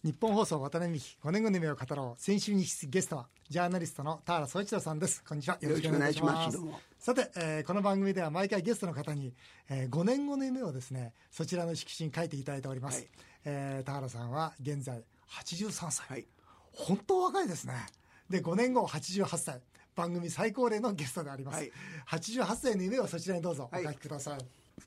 日本放送渡辺美希5年後の夢を語ろう。先週に引き続きゲストはジャーナリストの田原総一郎さんです。こんにちは。よろしくお願いします。さて、この番組では毎回ゲストの方に、5年後の夢をですね、そちらの色紙に書いていただいております。田原さんは現在83歳、本当若いですね。で5年後88歳、番組最高齢のゲストであります。88歳の夢をそちらにどうぞお書きください。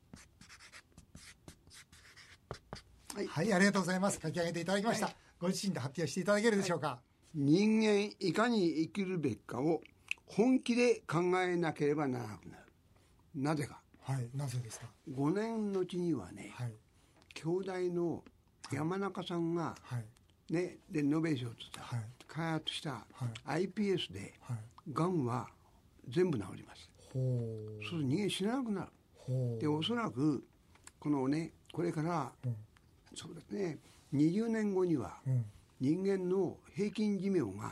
はい、ありがとうございます。書き上げていただきました。ご自身で発表していただけるでしょうか。 人間いかに生きるべきかを本気で考えなければならなくなる。なぜか。 なぜですか。 5年のうちにはね、兄弟の山中さんが、でノーベル賞を取った、開発した iPS で、がんは全部治ります。そうすると人間死ななくなる。でおそらくこのね、これから、そうですね、20年後には、人間の平均寿命が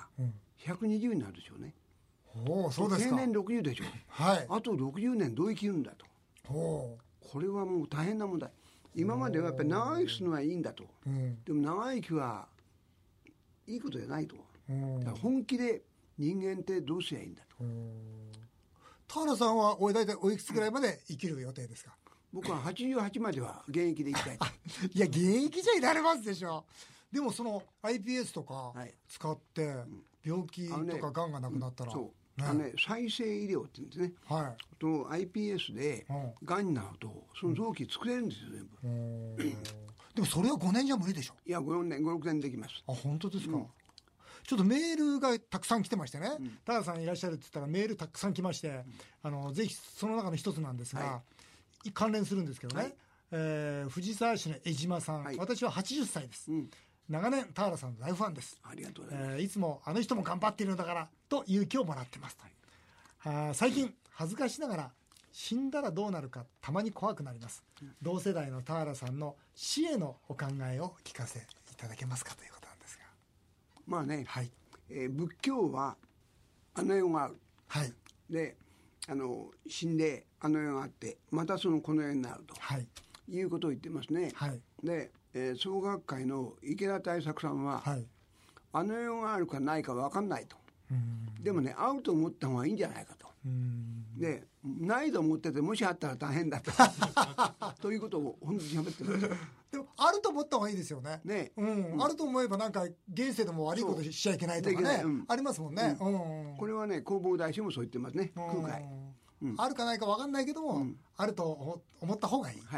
120になるでしょうね。 そうですか。 定年60でしょう。あと60年どう生きるんだと。これはもう大変な問題。今まではやっぱり長生きするのはいいんだと。でも長生きはいいことじゃないと。だから本気で人間ってどうすりゃいいんだと。 田原さんは大体おいくつぐらいまで生きる予定ですか。 僕は88までは現役でいきたいと。 いや現役じゃいられますでしょ。でもその iPS とか使って病気とかがんがなくなったら、 再生医療って言うんですね。と iPS でがんになるとその臓器作れるんですよ、全部。 でもそれは5年じゃ無理でしょ。 いや5年5、6年できます。 本当ですか。ちょっとメールがたくさん来てましてね、田原さんいらっしゃるって言ったらメールたくさん来まして、ぜひその中の一つなんですが、関連するんですけどね、藤沢市の江島さん、私は80歳です、長年田原さんの大ファンです。 ありがとうございます。 いつもあの人も頑張っているのだからと勇気をもらってます。最近恥ずかしながら死んだらどうなるかたまに怖くなります。同世代の田原さんの死へのお考えを聞かせいただけますかということなんですが。 まあね、仏教はあの世がある、で死んであの世があってまたそのこの世になると、いうことを言ってますね。で、創学会の池田大作さんは、あの世があるかないか分かんないと。でもね、あると思った方がいいんじゃないかと。でないと思っててもしあったら大変だとということを本当に喋ってます。 でもあると思った方がいいですよね。あると思えばなんか現世でも悪いことしちゃいけないとかね、ありますもんね。 これはね、弘法大師もそう言ってますね。空海、 あるかないか分かんないけども、あると思った方がいい。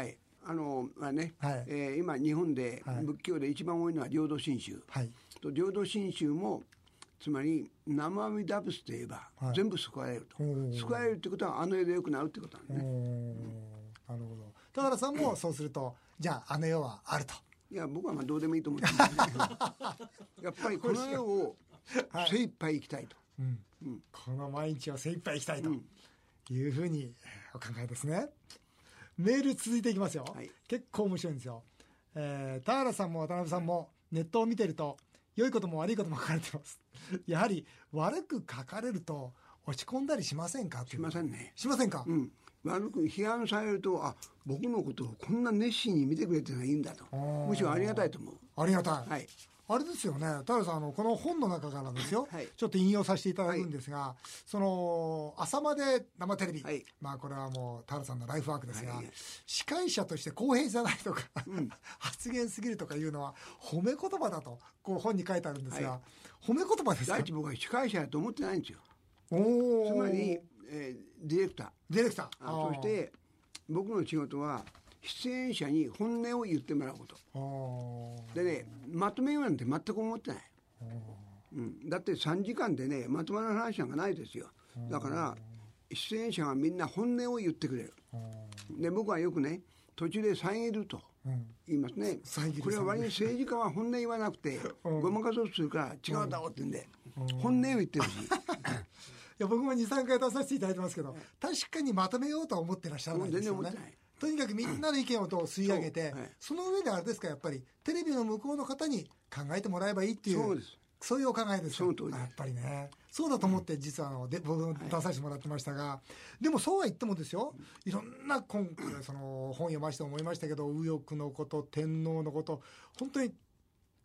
今日本で仏教で一番多いのは浄土真宗、浄土真宗もつまり南無阿弥陀仏といえば全部救われると。救われるってことはあの世でよくなるってことなんですね。 なるほど。田原さんもそうするとじゃああの世はあると。 いや僕はまあどうでもいいと思ってますけどやっぱりこの世を精一杯生きたいと、 この毎日を精一杯生きたいというふうにお考えですね。メール続いていきますよ。結構面白いんですよ。田原さんも渡辺さんもネットを見てると良いことも悪いことも書かれてます。やはり悪く書かれると落ち込んだりしませんか。 しませんね。 しませんか。 悪く批判されると僕のことをこんな熱心に見てくれてるのはいいんだと、むしろありがたいと思う。 ありがたい、あれですよね。田原さんこの本の中からですよ、ちょっと引用させていただくんですが、その朝まで生テレビ、これはもう田原さんのライフワークですが、司会者として公平じゃないとか、発言すぎるとかいうのは褒め言葉だとこう本に書いてあるんですが、褒め言葉ですか。 第一僕は司会者だと思ってないんですよ。つまり、ディレクター、そして僕の仕事は出演者に本音を言ってもらうこと。でね、まとめようなんて全く思ってない。だって3時間でねまとまる話なんかないですよ。だから出演者がみんな本音を言ってくれる。で僕はよくね途中で遮ると言いますね。これは割に政治家は本音言わなくてごまかそうとするから違うだろうって言うんで、本音を言ってるしいや僕も 2,3 回出させていただいてますけど、確かにまとめようとは思ってらっしゃらないですよね。とにかくみんなの意見を吸い上げて、その上であれですか、やっぱりテレビの向こうの方に考えてもらえばいいっていう、そういうお考えですか。やっぱりね、そうだと思って実は僕出させてもらってましたが、でもそうは言ってもですよ、いろんな今回その本読ませて思いましたけど、右翼のこと、天皇のこと、本当に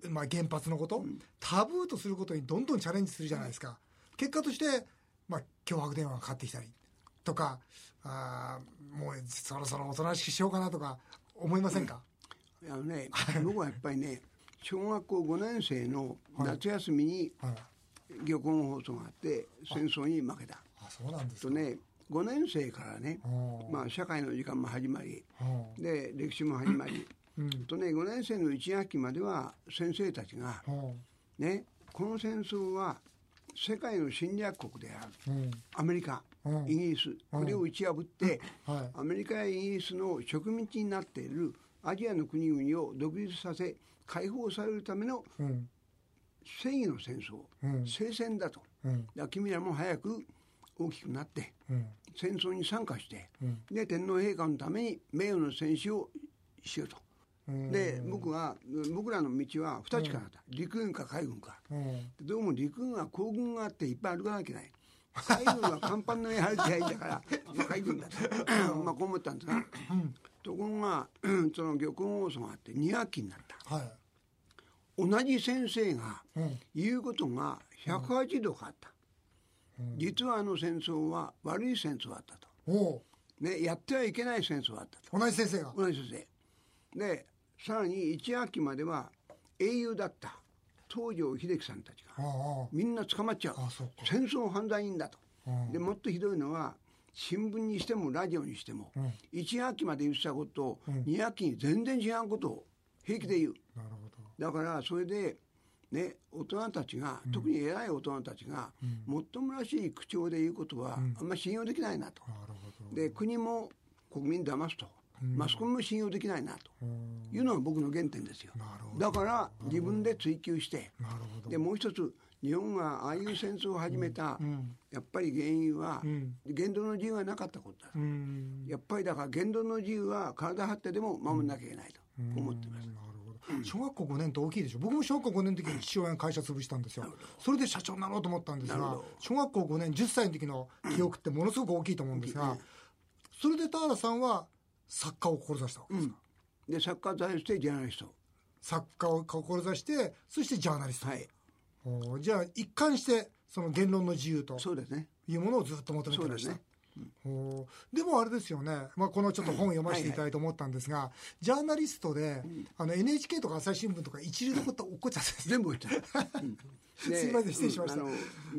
原発のこと、タブーとすることにどんどんチャレンジするじゃないですか。結果として、脅迫電話がかかってきたりとか、もうそろそろおとなしくしようかなとか思いませんか？ 僕はやっぱりね、小学校5年生の夏休みに漁港放送があって戦争に負けた。 そうなんですか。 とね、5年生からね、社会の時間も始まり、で歴史も始まり、とね、5年生の1学期までは先生たちが、ね、この戦争は世界の侵略国である、アメリカ、イギリス、これを打ち破って、アメリカやイギリスの植民地になっているアジアの国々を独立させ解放されるための正義の戦争、聖戦だと、だから君らも早く大きくなって、戦争に参加して、で天皇陛下のために名誉の戦死をしようと。で僕らの道は2つしかなかった、陸軍か海軍か、どうも陸軍は行軍があっていっぱい歩かなきゃいけない、海軍は甲板の上歩きゃいいんだから海軍だとこう思ったんですが、ところがその漁港放送があって2学期になった、同じ先生が言うことが180度変わった、実はあの戦争は悪い戦争だったと、ね、やってはいけない戦争だったと。 同じ先生が。 同じ先生で、さらに1学期までは英雄だった東條英機さんたちがみんな捕まっちゃう、戦争犯罪人だと。でもっとひどいのは新聞にしてもラジオにしても、1学期まで言ってたことを2学期に全然違うことを平気で言う。 なるほど。だからそれでね、大人たちが、特に偉い大人たちが、もっともらしい口調で言うことはあんまり信用できないなと。で国も国民騙すと、マスコミも信用できないなというのが僕の原点ですよ。だから自分で追求して、でもう一つ日本がああいう戦争を始めた、やっぱり原因は、言論の自由がなかったことだ、やっぱりだから言論の自由は体張ってでも守らなきゃいけないと思ってます。 小学校5年って大きいでしょ。僕も小学校5年の時に父親が会社潰したんですよ。それで社長になろうと思ったんですが、小学校5年10歳の時の記憶ってものすごく大きいと思うんですが、それで田原さんは作家を志したわけですか？ で作家を志してジャーナリスト、 作家を志してそしてジャーナリスト、じゃあ一貫してその言論の自由というものをずっと求めてました。でもあれですよね、このちょっと本を読ませていただいて思ったんですが、ジャーナリストで、NHK とか朝日新聞とか一流のこと起こっちゃって全部落ちたすいません失礼しました。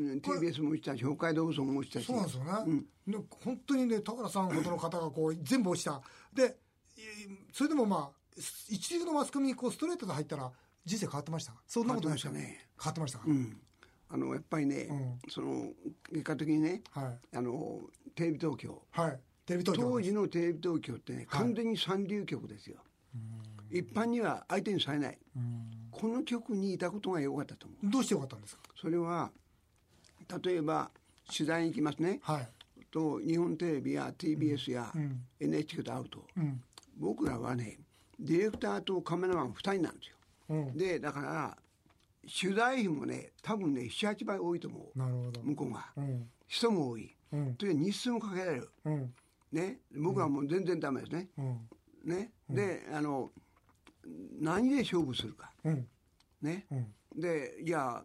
TBS も落ちたし北海道放送も落ちたし。 そうなんですよね、本当にね田原さんほどの方がこう全部落ちた。でそれでも一流のマスコミにこうストレートで入ったら人生変わってました？そんなことないですかね。変わってましたか？ やっぱりね、その結果的にね、テレビ東京、当時のテレビ東京ってね、完全に三流局ですよ。一般には相手にされない。この局にいたことが良かったと思う。 どうして良かったんですか？ それは例えば取材に行きますね、と日本テレビや TBS や NHK と会うと、僕らはねディレクターとカメラマン2人なんですよ。でだから取材費もね多分ね 7,8 倍多いと思う。 なるほど。 向こうが、人も多い、という日数もかけられる、ね、僕はもう全然ダメですね、ね、で何で勝負するか、ね、でいや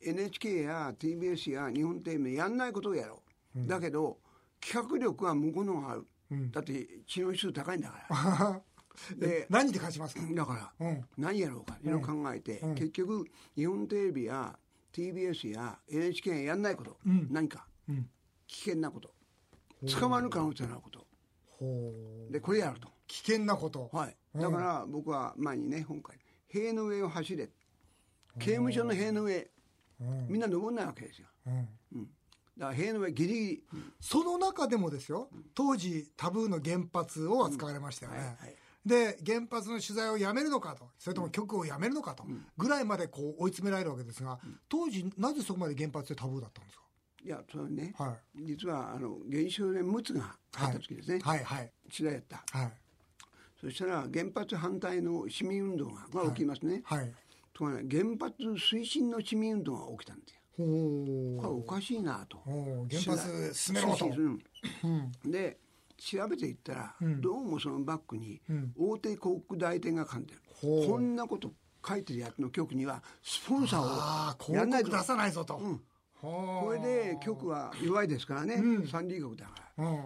NHK や TBS や日本テレビやんないことをやろう、だけど企画力は向こうの方がある、だって知能指数高いんだからで何で勝ちますか？ だから、何やろうかいろいろ考えて、結局日本テレビや TBS や NHK がやんないこと、何か、危険なこと、捕まる可能性のあること、でこれやると。 危険なこと、 だから僕は前にね今回塀の上を走れ、刑務所の塀の上、みんな登んないわけですよ、だから塀の上ギリギリ、 その中でもですよ、当時タブーの原発を扱われましたよね、で原発の取材をやめるのかと、それとも局をやめるのかとぐらいまでこう追い詰められるわけですが、当時なぜそこまで原発でタブーだったんですか？ いやそれね、実は原子炉で陸奥が入った時ですね、取材やった、そしたら原発反対の市民運動が起きますね、とかね、原発推進の市民運動が起きたんですよ。これおかしいなと、 原発進めろと、 で調べていったら、どうもそのバックに大手広告代理店が噛んでる、こんなこと書いてるやつの局にはスポンサーをやらないと広告出さないぞと、 これで局は弱いですからね、サンディ局だから、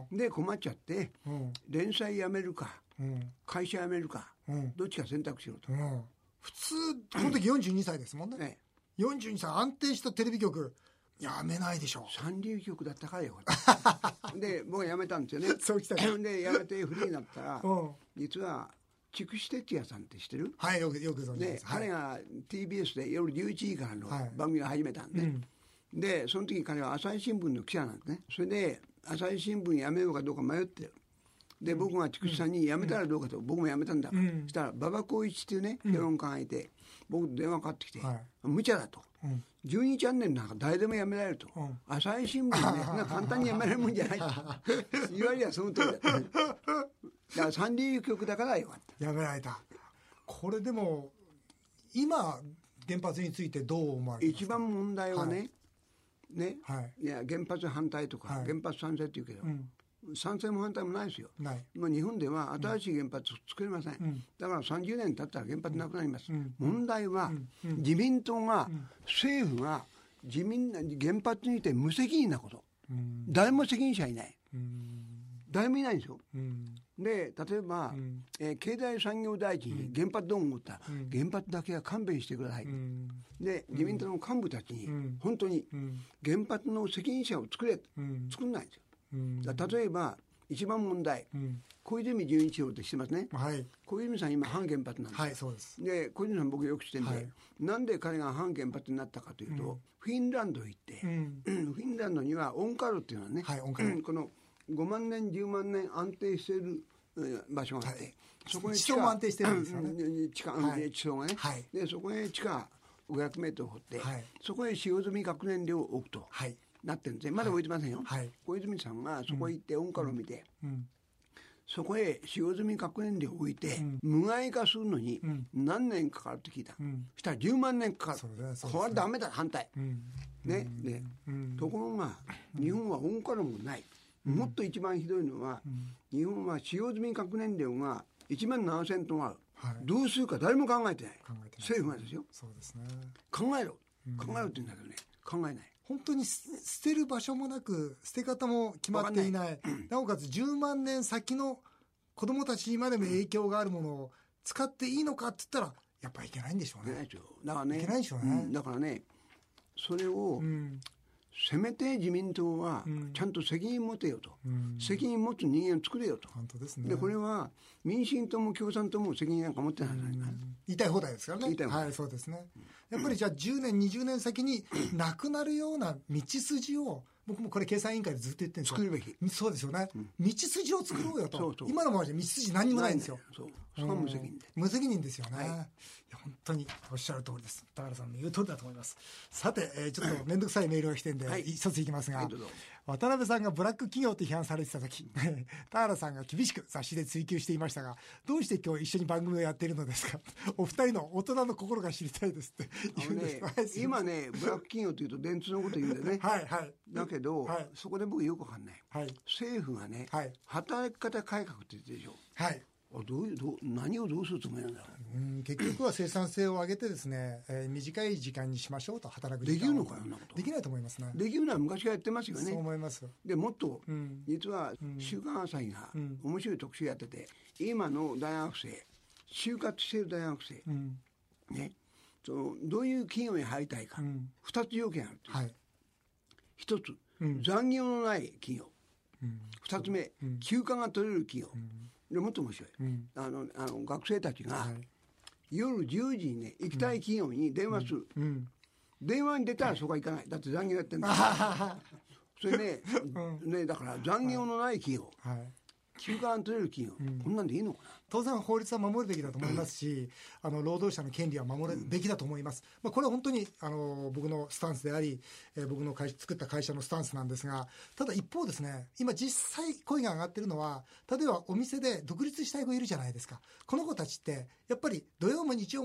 で困っちゃって、連載やめるか、会社辞めるか、どっちか選択しろと、 普通この時42歳ですもんね、42歳安定したテレビ局やめないでしょう。 三流局だったからよかったで僕は辞めたんですよねそうきたで辞めてフリーになったら、実は筑紫哲也さんって知ってる？ はい、よく存じます。 で、彼が TBS で夜11時からの番組を始めたんで、でその時彼は朝日新聞の記者なんですね。それで朝日新聞辞めようかどうか迷ってる。で僕が筑紫さんに辞めたらどうかと、僕も辞めたんだから、そしたら馬場光一っていうね評論家がいて、僕と電話かかってきて、無茶だと、12チャンネルなんか誰でも辞められると、朝日新聞ねそんな簡単に辞められるもんじゃないと言われりゃその通りだっただから三流局だからよかった。 辞められた。これでも今原発についてどう思われますか？ 一番問題はね、いや原発反対とか、原発賛成って言うけど、賛成も反対もないですよ。もう日本では新しい原発作れません、だから30年経ったら原発なくなります、問題は、自民党が、政府が原発にいて無責任なこと、誰も責任者いない、誰もいないんですよ、で例えば、経済産業大臣に原発どう思ったら、原発だけは勘弁してください、で自民党の幹部たちに、本当に原発の責任者を作んないんですよ。例えば一番問題、小泉純一郎って知ってますね、小泉さん今反原発なんです、 そうです。 で小泉さん僕よく知ってるんで、なんで彼が反原発になったかというと、フィンランド行って、フィンランドにはオンカロっていうのはね、この5万年10万年安定している場所があって、そこに地層も安定してるんですよね、 地層がね、でそこへ地下500メートル掘って、そこへ使用済み核燃料を置くと、なってるんですね。まだ置いてませんよ、小泉さんがそこへ行ってオンカロを見て、そこへ使用済み核燃料を置いて、無害化するのに何年かかるって聞いた、したら10万年かかる、これダメだ反対、でところが日本はオンカロもない、もっと一番ひどいのは、日本は使用済み核燃料が1万7000トンある、どうするか誰も考えてない、政府がですよ。 そうですね。 考えろって言うんだけどね、考えない。 本当に捨てる場所もなく、捨て方も決まっていない、なおかつ10万年先の子どもたちにまでも影響があるものを使っていいのかって言ったら、やっぱりいけないんでしょうね。 だからね、 いけないでしょうね。 だからね、それを、せめて自民党はちゃんと責任持てよと、責任持つ人間を作れよと。 本当ですね。 でこれは民進党も共産党も責任なんか持ってないじゃないかな。 言いたい放題ですからね。はい、そうですね。やっぱりじゃあ10年20年先になくなるような道筋を、僕もこれ経産委員会でずっと言ってるんですよ。 作るべき。 そうですよね、道筋を作ろうよと。今のままじゃ道筋何にもないんですよ。 そこは無責任で。 無責任ですよね。いや本当におっしゃる通りです。田原さんの言う通りだと思います。さて、ちょっと面倒くさいメールが来てるんで、一ついきますが、渡辺さんがブラック企業と批判されてた時田原さんが厳しく雑誌で追及していましたが、どうして今日一緒に番組をやっているのですかお二人の大人の心が知りたいですって言うんです。 今ねブラック企業というと電通のこと言うんだよねだけど、そこで僕よくわかんない、政府がね、働き方改革って言ってるでしょ。何をどうするつもりなんだろう。結局は生産性を上げてですね、短い時間にしましょうと、働く時間を。できるのかよ、 できないと思いますね。 できるのは昔からやってますよね。 そう思います。 でもっと、実は週刊朝日が面白い特集やってて、今の大学生、就活している大学生、ね、どういう企業に入りたいか、2つ条件あるっていう。1つ、残業のない企業、2つ目、休暇が取れる企業。でもっと面白い、学生たちが夜10時にね行きたい企業に電話する、電話に出たらそこは行かない、だって残業やってんだそれね、だから残業のない企業、休暇が取れる企業、こんなんでいいのかな。 当然法律は守るべきだと思いますし、労働者の権利は守るべきだと思います。これは本当に僕のスタンスであり、僕の作った会社のスタンスなんですが、ただ一方ですね、今実際声が上がっているのは、例えばお店で独立したい子いるじゃないですか。この子たちってやっぱり土曜も日曜も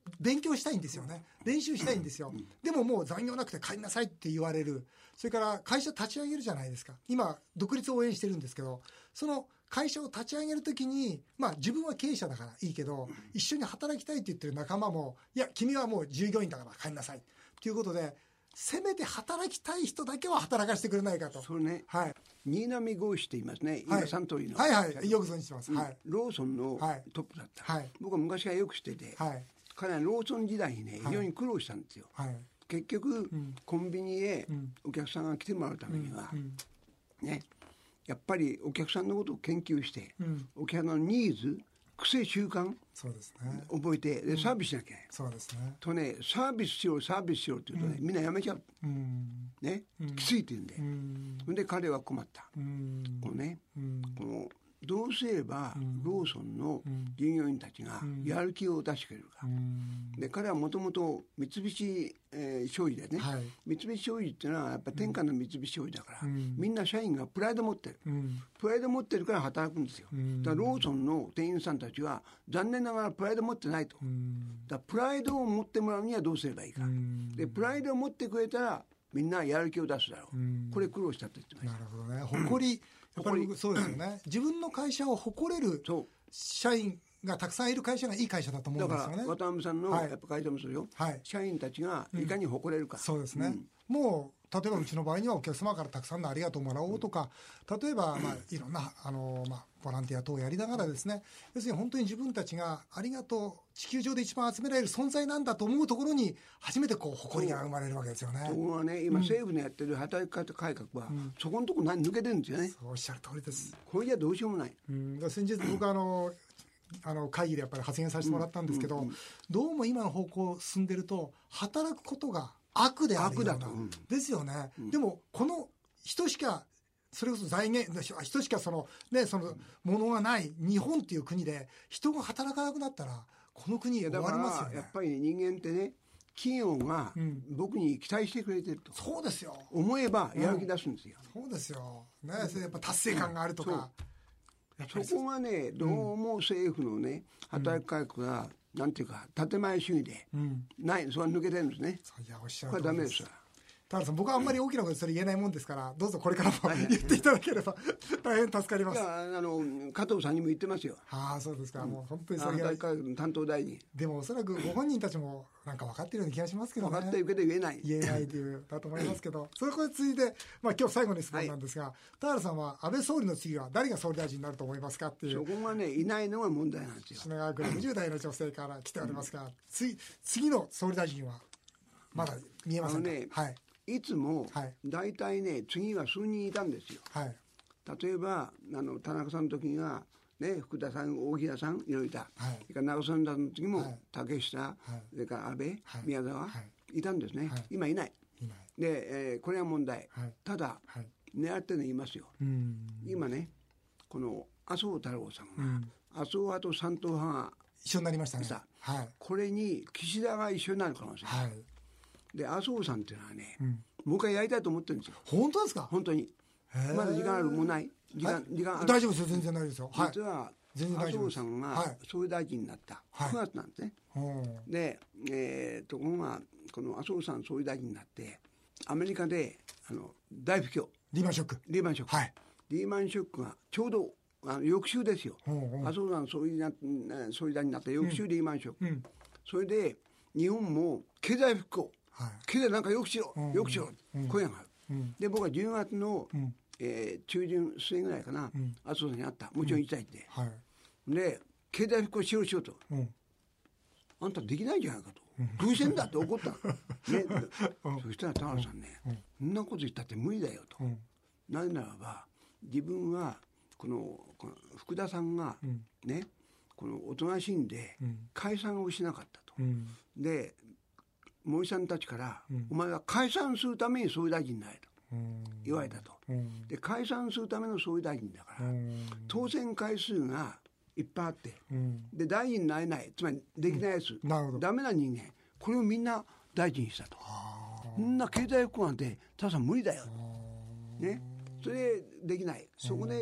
勉強したいんですよね。練習したいんですよ。でももう残業なくて帰りなさいって言われる。それから会社立ち上げるじゃないですか。今独立を応援してるんですけど、その会社を立ち上げるときに、自分は経営者だからいいけど、一緒に働きたいって言ってる仲間も、いや君はもう従業員だから帰りなさいということで、せめて働きたい人だけは働かせてくれないかと。 それね、 はい、 新浪剛志って言いますね、今サントリーの、 はいはい、よく存じてます、はい、 ローソンのトップだった、 はい、 僕は昔からよく知ってて、はい、彼はローソン時代にね非常に苦労したんですよ、はい、結局、コンビニへお客さんが来てもらうためには、ね、やっぱりお客さんのことを研究して、お客さんのニーズ、癖、習慣、 そうですね、 覚えてでサービスしなきゃいけない、 そうですね、 とね、サービスしろって言うとね、みんなやめちゃう、ね、きついって言うんで、で彼は困った、このね、このどうすればローソンの従業員たちがやる気を出してくれるか、で彼はもともと三菱商事でね、はい、三菱商事っていうのはやっぱ天下の三菱商事だから、みんな社員がプライド持ってる、プライド持ってるから働くんですよ、だからローソンの店員さんたちは残念ながらプライド持ってないと、だからプライドを持ってもらうにはどうすればいいか、でプライドを持ってくれたらみんなやる気を出すだろう、これ苦労したって言ってました。 なるほどね、誇り、やっぱりそうですよね、自分の会社を誇れる社員がたくさんいる会社がいい会社だと思うんですよね。 だから渡辺さんのやっぱ会社もそうよ、はい、社員たちがいかに誇れるか、 そうですね、もう例えばうちの場合にはお客様からたくさんのありがとうもらおうとか、例えばいろんなボランティア等をやりながらですね、要するに本当に自分たちがありがとう、地球上で一番集められる存在なんだと思うところに初めて誇りが生まれるわけですよね。 ところがね、今政府のやってる働き方改革は、そこのところ抜けてるんですよね。 そうおっしゃる通りです。 これじゃどうしようもない。 先日僕会議でやっぱり発言させてもらったんですけど、どうも今の方向進んでると働くことが悪であるような、ですよね、でもこの人しかそれこそ財源人しかそのものがない日本っていう国で人が働かなくなったらこの国終わりますよね。 やっぱり人間ってね、企業が僕に期待してくれてると、 そうですよ、 思えばやる気出すんですよ、 そうですよ、ね、それやっぱ達成感があるとか、 そこがね、どうも政府のね働き改革がなんていうか建前主義でない、それは抜けてるんですね。 いやおっしゃるこれはダメですよ。 田原さん、僕はあんまり大きなことそれ言えないもんですから、どうぞこれからも言っていただければ大変助かります。 いや加藤さんにも言ってますよ。 ああ、そうですか、もう本当にそれが担当大臣。 でもおそらくご本人たちもなんか分かってるような気がしますけどね。 分かってるけど言えないというだと思いますけどそれこれついで、今日最後の質問なんですが、田原さんは安倍総理の次は誰が総理大臣になると思いますかっていう。 そこがねいないのが問題なんですよ。 品川区60代の女性から来ておりますが、次の総理大臣はまだ見えませんか。はい、 いつも大体ね、次は数人いたんですよ、はい、例えば田中さんの時には、ね、福田さん、大平さんいろいろいた、はい、それから長曽根さんの時も竹下、はい、それから安倍、はい、宮沢、はい、いたんですね、はい、今いないで、これは問題、はい、ただ、はい、狙って言いますよ、今ねこの麻生太郎さんが、麻生派と山東派が一緒になりましたね、 はい、これに岸田が一緒になる可能性、はい、で麻生さんっていうのはね、もう一回やりたいと思ってるんですよ。 本当ですか。 本当にまだ時間あるもうない時間大丈夫ですよ、全然大丈夫ですよ、 実は麻生さんが総理大臣になった9月なんですね、で、ところがこの麻生さん総理大臣になってアメリカで大不況、 リーマンショック、はい、 リーマンショックがちょうど翌週ですよ、麻生さん総理大臣になった翌週リーマンショック、それで日本も経済復興、経済なんかよくしろ、声がある、で僕は10月の、中旬末ぐらいかな、麻生さんに会った、もちろん行きたいって、で経済復興しようと、あんたできないんじゃないかと、どうしてんだって怒ったの、そしたら田原さんね、そんなこと言ったって無理だよと、なぜならば自分はこの福田さんがね、このおとなしいんで解散をしなかったと、で森さんたちから、お前は解散するために総理大臣になれと言われたと、で解散するための総理大臣だから、当選回数がいっぱいあって、で大臣になれない、つまりできないやつ、ダメな人間、これをみんな大臣にしたと、そんな経済復興なんてただ無理だよ、ね、それでできない、そこで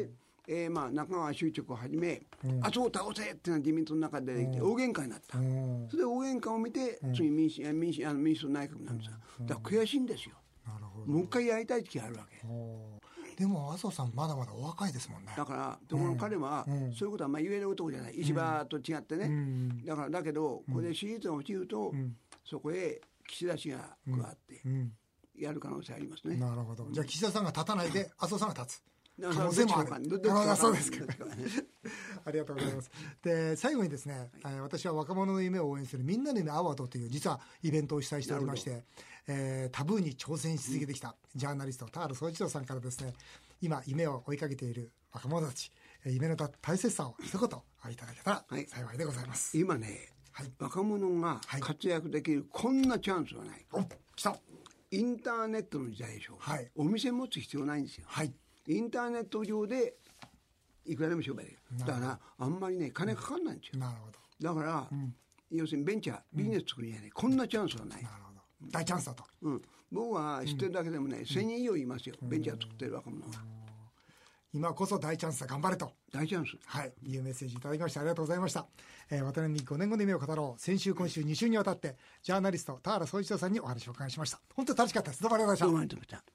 中川修直をはじめ、麻生を倒せっていうのは自民党の中で出てきて大喧嘩になった。それで大喧嘩を見て、次民主党内閣なんですよ。だから悔しいんですよ。 なるほど。 もう一回やりたい時があるわけ。 でも麻生さんまだまだお若いですもんね。 だからところ彼は、そういうことは言える男じゃない。石破と違ってね。だけどこれで支持率が落ちると、そこへ岸田氏が加わって、やる可能性ありますね。 なるほど。じゃあ岸田さんが立たないで麻生さんが立つ可能性もある。 そうですか。ありがとうございます。で、最後にですね、私は若者の夢を応援するみんなの夢アワードという実はイベントを主催しておりまして、タブーに挑戦し続けてきたジャーナリスト田原総一郎さんからですね、今夢を追いかけている若者たち、夢の大切さを一言いただけたら幸いでございます。 今ね、若者が活躍できるこんなチャンスはない。 来た。 インターネットの時代でしょ。お店持つ必要ないんですよ。インターネット上でいくらでも商売できる。だからあんまりね金かかんないんですよ。 なるほど。だから、要するにベンチャービジネス作るにはね、こんなチャンスはない。 なるほど。大チャンスだと。 僕は知ってるだけでもね、1000人以上いますよ。ベンチャー作ってる若者が。 今こそ大チャンスだ、頑張れと。 大チャンス。 いうメッセージいただきましてありがとうございました。渡辺美5年後の夢を語ろう。先週今週2週にわたってジャーナリスト田原総一郎さんにお話をお伺いしました。本当に楽しかったです。どうもありがとうございました。